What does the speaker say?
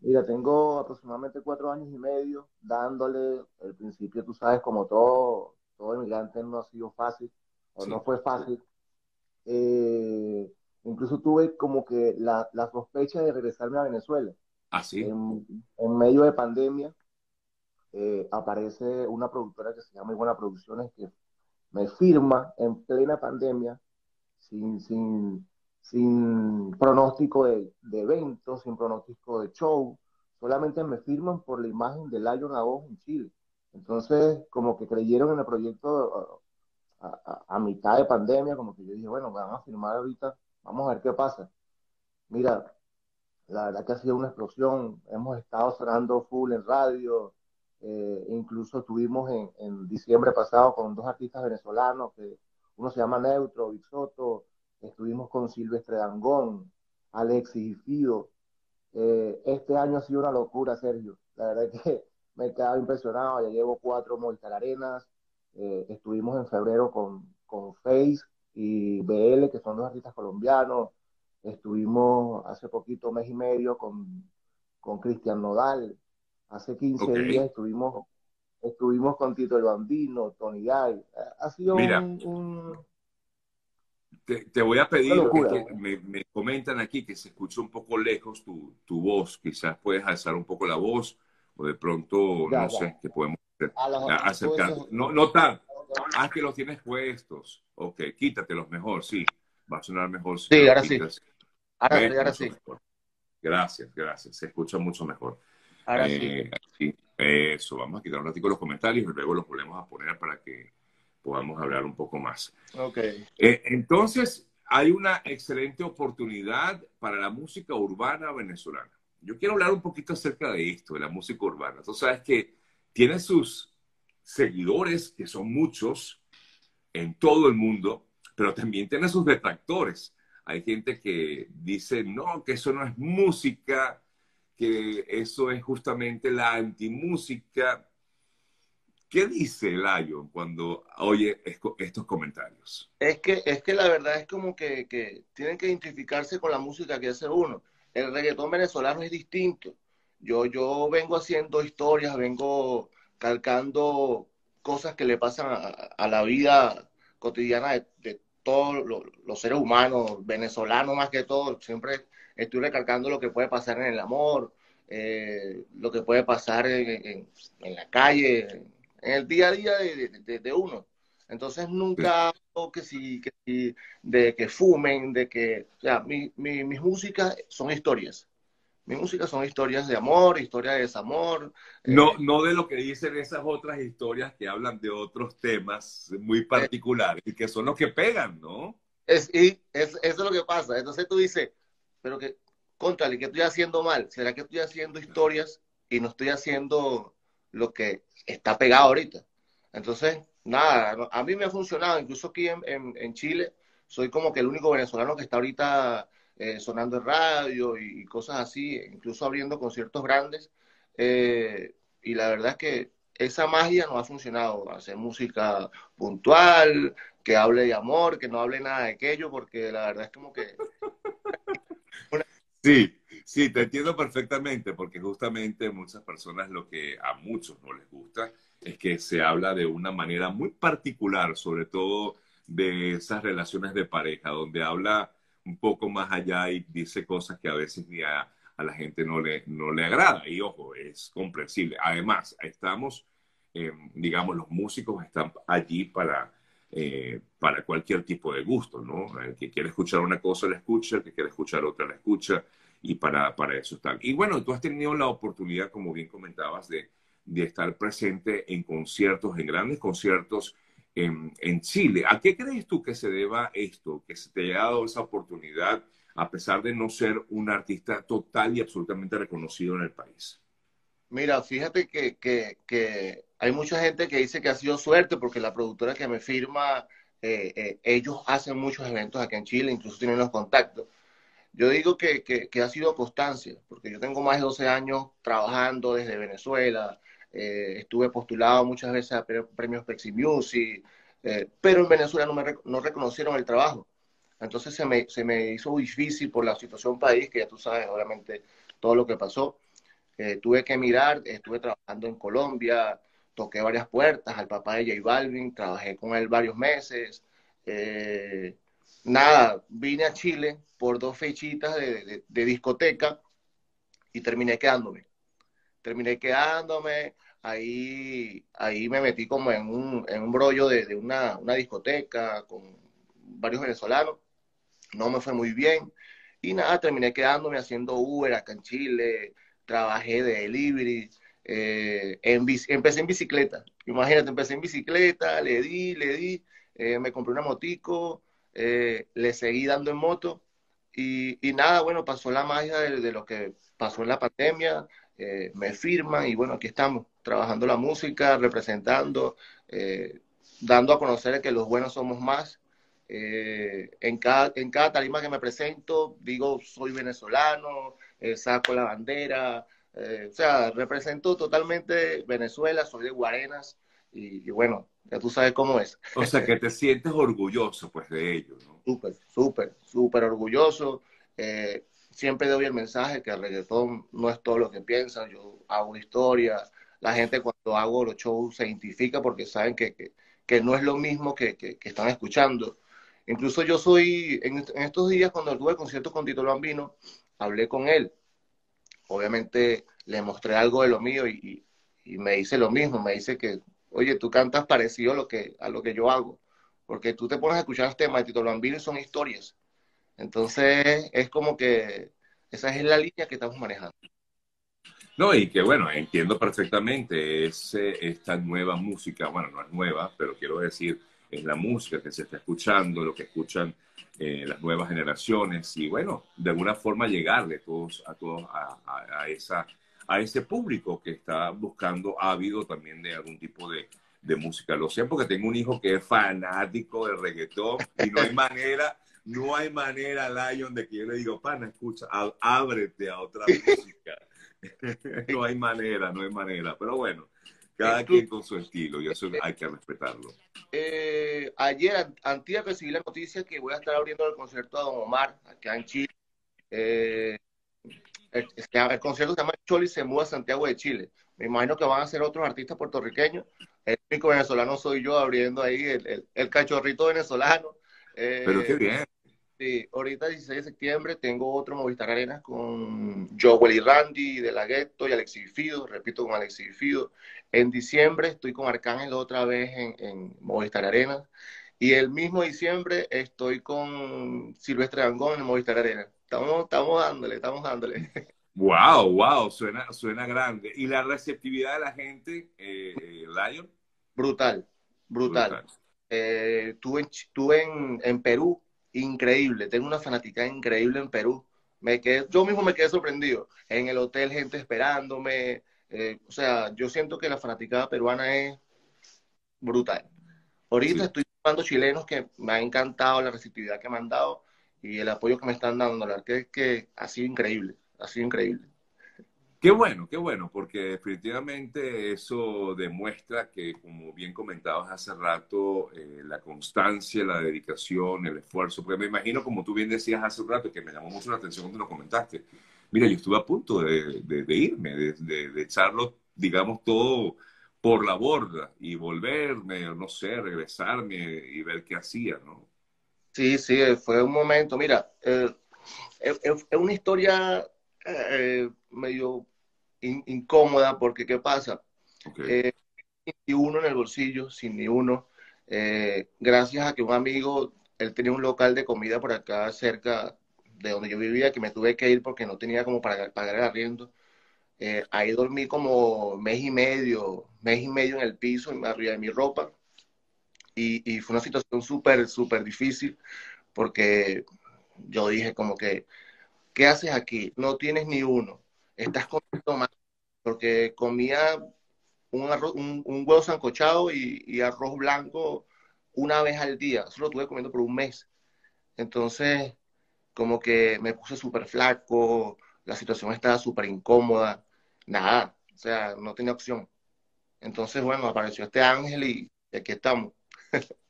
Mira, tengo aproximadamente 4 años y medio dándole. El principio, tú sabes, como todo inmigrante no ha sido fácil o no Sí. fue fácil. Eh, Incluso tuve como que la sospecha de regresarme a Venezuela. ¿Ah, sí? En medio de pandemia aparece una productora que se llama Iguana Producciones que me firma en plena pandemia sin, sin, sin pronóstico de eventos, sin pronóstico de show, solamente me firman por la imagen de Lion a voz en Chile. Entonces, como que creyeron en el proyecto a mitad de pandemia, como que yo dije, bueno, vamos a firmar ahorita, vamos a ver qué pasa. Mira, la verdad que ha sido una explosión, hemos estado sonando full en radio, incluso estuvimos en diciembre pasado con dos artistas venezolanos, que uno se llama Neutro, Big Soto, estuvimos con Silvestre Dangond, Alexis y Fido. Este año ha sido una locura, Sergio. La verdad es que me he quedado impresionado, ya llevo 4 Movistar Arenas, estuvimos en febrero con Face y BL, que son dos artistas colombianos, estuvimos hace poquito, mes y medio, con Cristian Nodal, hace 15 Ok. días estuvimos con Tito el Bambino, Tony Guy. Ha sido Mira, te voy a una pedir, es locura. que me comentan aquí que se escucha un poco lejos tu voz. Quizás puedes alzar un poco la voz o de pronto, Ya, no ya. sé, qué podemos hacer. Pues, Acercarte. No, no tanto. Ah, que los tienes puestos. Ok, quítatelos mejor, sí. Va a sonar mejor si te sí, los ahora sí. quitas. Ahora sí, ¿Ves? ahora Mucho sí. mejor. Gracias, gracias. Se escucha mucho mejor. Ahora sí. Sí, eso. Vamos a quitar un ratito los comentarios y luego los volvemos a poner para que podamos hablar un poco más. Ok. Entonces, hay una excelente oportunidad para la música urbana venezolana. Yo quiero hablar un poquito acerca de esto, de la música urbana. Tú sabes que tiene sus seguidores, que son muchos en todo el mundo, pero también tiene sus detractores. Hay gente que dice, no, que eso no es música, que eso es justamente la antimúsica. ¿Qué dice Lion cuando oye estos comentarios? Es que la verdad es como que tienen que identificarse con la música que hace uno. El reggaetón venezolano es distinto. Yo vengo haciendo historias, vengo calcando cosas que le pasan a la vida cotidiana de todos los seres humanos, venezolanos más que todo. Siempre estoy recalcando lo que puede pasar en el amor, lo que puede pasar en la calle, en el día a día de uno. Entonces Sí. nunca hago que sí, de que fumen, de que, o sea, mis músicas son historias. Mis músicas son historias de amor, historias de desamor. No, Eh, no de lo que dicen esas otras historias que hablan de otros temas muy eh, particulares y que son los que pegan, ¿no? eso es lo que pasa. Entonces tú dices, pero que, contrale, ¿qué estoy haciendo mal? ¿Será que estoy haciendo historias y no estoy haciendo lo que está pegado ahorita? Entonces, nada, a mí me ha funcionado, incluso aquí en Chile, soy como que el único venezolano que está ahorita sonando en radio y cosas así, incluso abriendo conciertos grandes. Y la verdad es que esa magia no ha funcionado, hacer música puntual, que hable de amor, que no hable nada de aquello, porque la verdad es como que... Sí, sí, te entiendo perfectamente, porque justamente muchas personas lo que a muchos no les gusta es que se habla de una manera muy particular, sobre todo de esas relaciones de pareja, donde habla un poco más allá y dice cosas que a veces ni a la gente no le agrada. Y ojo, es comprensible. Además, estamos, digamos, los músicos están allí para cualquier tipo de gusto, ¿no? El que quiere escuchar una cosa la escucha, el que quiere escuchar otra la escucha y para eso están. Y bueno, tú has tenido la oportunidad, como bien comentabas, de estar presente en conciertos, en grandes conciertos en Chile. ¿A qué crees tú que se deba esto, que se te haya dado esa oportunidad a pesar de no ser un artista total y absolutamente reconocido en el país? Mira, fíjate que hay mucha gente que dice que ha sido suerte porque la productora que me firma, ellos hacen muchos eventos aquí en Chile, incluso tienen los contactos. Yo digo que ha sido constancia, porque yo tengo más de 12 años trabajando desde Venezuela, estuve postulado muchas veces a premios Pepsi Music, pero en Venezuela no reconocieron el trabajo. Entonces se me hizo difícil por la situación país, que ya tú sabes, obviamente, todo lo que pasó. tuve que mirar, estuve trabajando en Colombia, toqué varias puertas al papá de J Balvin, trabajé con él varios meses. Eh, Nada, vine a Chile por 2 fechitas de discoteca y terminé quedándome, ahí me metí como en un brollo de una discoteca con varios venezolanos, no me fue muy bien, y nada, terminé quedándome haciendo Uber acá en Chile, trabajé de delivery, empecé en bicicleta, imagínate, empecé en bicicleta, me compré una motico, le seguí dando en moto, y nada, bueno, pasó la magia de lo que pasó en la pandemia, me firman y bueno, aquí estamos, trabajando la música, representando, dando a conocer que los buenos somos más. En cada tarima que me presento, digo, soy venezolano, saco la bandera, o sea, represento totalmente Venezuela, soy de Guarenas y bueno, ya tú sabes cómo es. O sea, que te sientes orgulloso, pues, de ello, ¿no? Súper, súper, súper orgulloso. Siempre doy el mensaje que el reggaetón no es todo lo que piensan. Yo hago historia. La gente cuando hago los shows se identifica porque saben que no es lo mismo que están escuchando. Incluso yo en estos días cuando tuve el concierto con Tito Bambino, hablé con él. Obviamente le mostré algo de lo mío y me dice lo mismo. Me dice que, oye, tú cantas parecido a lo que yo hago porque tú te pones a escuchar los temas de Tito Bambino y son historias. Entonces, es como que esa es la línea que estamos manejando. No, y que bueno, entiendo perfectamente esta nueva música, bueno, no es nueva, pero quiero decir, es la música que se está escuchando, lo que escuchan las nuevas generaciones, y bueno, de alguna forma llegarle a todos a ese público que está buscando ávido también de algún tipo de música. Lo sé porque tengo un hijo que es fanático del reggaetón y no hay manera, Lion, de que yo le digo, pana, escucha, ábrete a otra música. No hay manera, no hay manera. Pero bueno, cada Incluso, quien con su estilo y eso hay que respetarlo. ayer, antier, recibí la noticia que voy a estar abriendo el concierto a Don Omar, acá en Chile. Eh, el concierto se llama Choli se muda a Santiago de Chile. Me imagino que van a ser otros artistas puertorriqueños. El único venezolano soy yo abriendo ahí el cachorrito venezolano. Pero qué Eh, bien. Sí, ahorita 16 de septiembre tengo otro Movistar Arenas con Joel y Randy de la Ghetto y Alexis Fido, repito con Alexis Fido. En diciembre estoy con Arcángel otra vez en Movistar Arenas. Y el mismo diciembre estoy con Silvestre Dangond en Movistar Arenas. Estamos dándole, estamos dándole. Wow, wow, suena grande. Y la receptividad de la gente, Lion, Brutal, brutal. brutal. Estuve en Perú, increíble. Tengo una fanaticada increíble en Perú. Yo mismo me quedé sorprendido. En el hotel, gente esperándome. O sea, yo siento que la fanaticada peruana es brutal. Ahorita Sí. estoy tomando chilenos que me ha encantado la receptividad que me han dado y el apoyo que me están dando. La verdad que ha sido increíble, ha sido increíble. Qué bueno, porque definitivamente eso demuestra que, como bien comentabas hace rato, la constancia, la dedicación, el esfuerzo, porque me imagino, como tú bien decías hace un rato, que me llamó mucho la atención cuando lo comentaste. Mira, yo estuve a punto de irme, de echarlo, digamos, todo por la borda y volverme, no sé, regresarme y ver qué hacía, ¿no? Sí, sí, fue un momento. Mira, es una historia medio incómoda porque ¿qué pasa? Ok. Eh, Ni uno en el bolsillo, sin ni uno. Gracias a que un amigo, él tenía un local de comida por acá cerca de donde yo vivía, que me tuve que ir porque no tenía como para pagar el arriendo. Ahí dormí como mes y medio en el piso, arriba de mi ropa. Y fue una situación súper, súper difícil porque yo dije como que, ¿qué haces aquí? No tienes ni uno. Estás comiendo mal. Porque comía un huevo sancochado y arroz blanco una vez al día. Eso lo estuve comiendo por un mes. Entonces, como que me puse súper flaco, la situación estaba súper incómoda. Nada, o sea, no tenía opción. Entonces, bueno, apareció este ángel y aquí estamos.